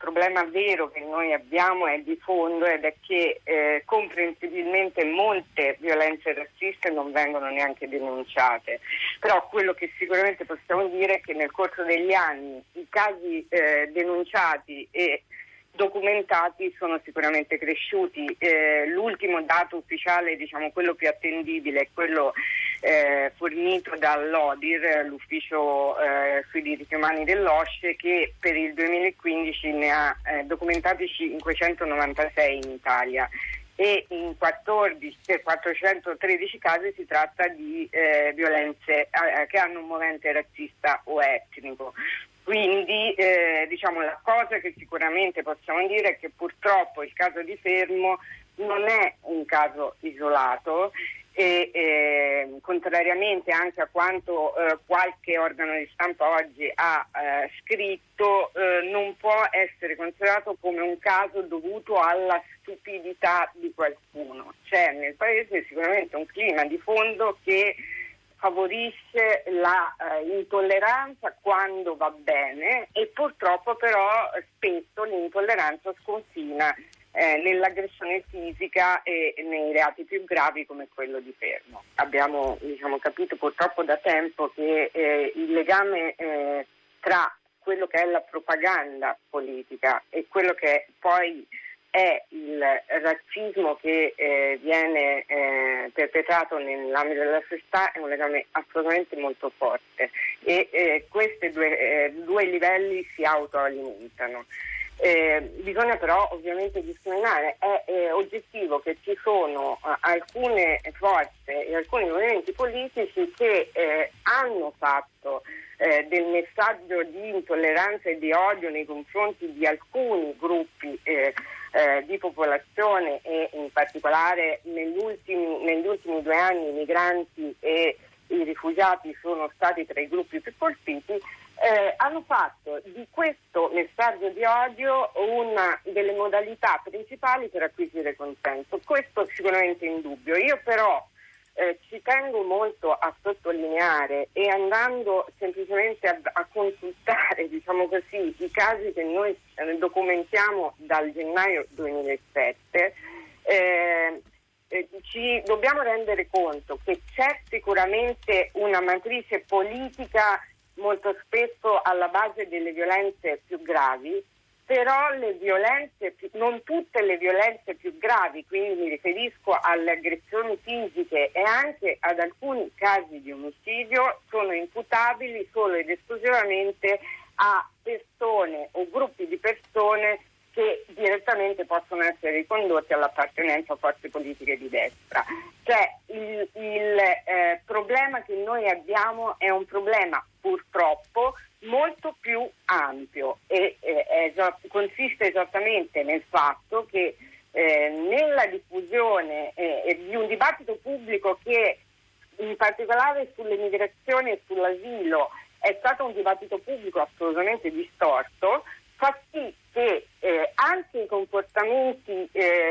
problema vero che noi abbiamo è di fondo ed è che comprensibilmente molte violenze razziste non vengono neanche denunciate, però quello che sicuramente possiamo dire è che nel corso degli anni i casi denunciati e documentati sono sicuramente cresciuti. L'ultimo dato ufficiale, diciamo quello più attendibile, è quello fornito dall'ODIR, l'ufficio sui diritti umani dell'OSCE, che per il 2015 ne ha documentati 596 in Italia, e in 413 casi si tratta di violenze che hanno un movente razzista o etnico. Quindi diciamo la cosa che sicuramente possiamo dire è che purtroppo il caso di Fermo non è un caso isolato e contrariamente anche a quanto qualche organo di stampa oggi ha scritto, non può essere considerato come un caso dovuto alla stupidità di qualcuno. C'è nel Paese sicuramente un clima di fondo che favorisce la intolleranza quando va bene, e purtroppo però spesso l'intolleranza sconfina nell'aggressione fisica e nei reati più gravi come quello di Fermo. Abbiamo capito purtroppo da tempo che il legame tra quello che è la propaganda politica e quello che poi è il razzismo che viene perpetrato nell'ambito della società è un legame assolutamente molto forte, e questi due livelli si autoalimentano. Bisogna però ovviamente discriminare. È oggettivo che ci sono alcune forze e alcuni movimenti politici che hanno fatto del messaggio di intolleranza e di odio nei confronti di alcuni gruppi di popolazione, e in particolare negli ultimi 2 anni i migranti e i rifugiati sono stati tra i gruppi più colpiti. Hanno fatto di questo messaggio di odio una delle modalità principali per acquisire consenso. Questo sicuramente è indubbio. Io però ci tengo molto a sottolineare, e andando semplicemente a consultare, diciamo così, i casi che noi documentiamo dal gennaio 2007, ci dobbiamo rendere conto che c'è sicuramente una matrice politica molto spesso alla base delle violenze più gravi, però le violenze, non tutte le violenze più gravi, quindi mi riferisco alle aggressioni fisiche e anche ad alcuni casi di omicidio, sono imputabili solo ed esclusivamente a persone o gruppi di persone che direttamente possono essere ricondotti all'appartenenza a forze politiche di destra. Cioè il problema che noi abbiamo è un problema purtroppo molto più ampio e consiste esattamente nel fatto che nella diffusione di un dibattito pubblico che in particolare sulle migrazioni e sull'asilo è stato un dibattito pubblico assolutamente distorto, fa sì che anche i comportamenti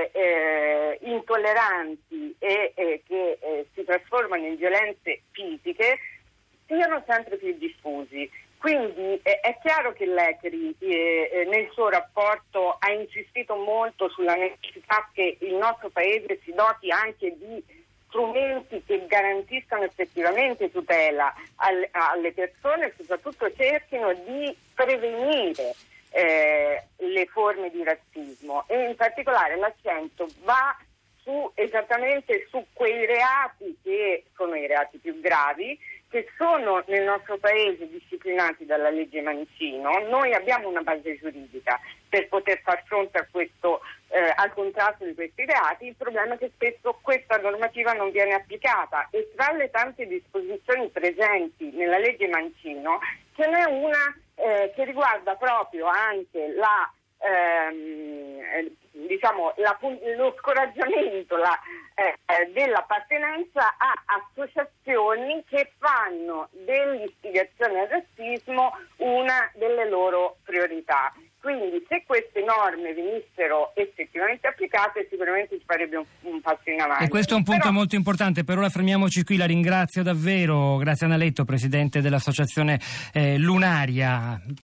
intolleranti e che si trasformano in violenze fisiche siano sempre più diffusi. Quindi è chiaro che l'ECRI nel suo rapporto ha insistito molto sulla necessità che il nostro Paese si doti anche di strumenti che garantiscano effettivamente tutela alle persone e soprattutto cerchino di prevenire le forme di razzismo, e in particolare l'accento va esattamente su quei reati che sono i reati più gravi, che sono nel nostro Paese disciplinati dalla legge Mancino. Noi abbiamo una base giuridica per poter far fronte a questo, al contrasto di questi reati. Il problema è che spesso questa normativa non viene applicata, e tra le tante disposizioni presenti nella legge Mancino ce n'è una che riguarda proprio anche lo scoraggiamento dell'appartenenza a associazioni che fanno dell'istigazione al razzismo una delle loro priorità. Quindi se queste norme venissero effettivamente applicate sicuramente si farebbe un passo in avanti. E questo è un punto molto importante. Per ora fermiamoci qui, la ringrazio davvero. Grazie Anna Letto, presidente dell'associazione Lunaria.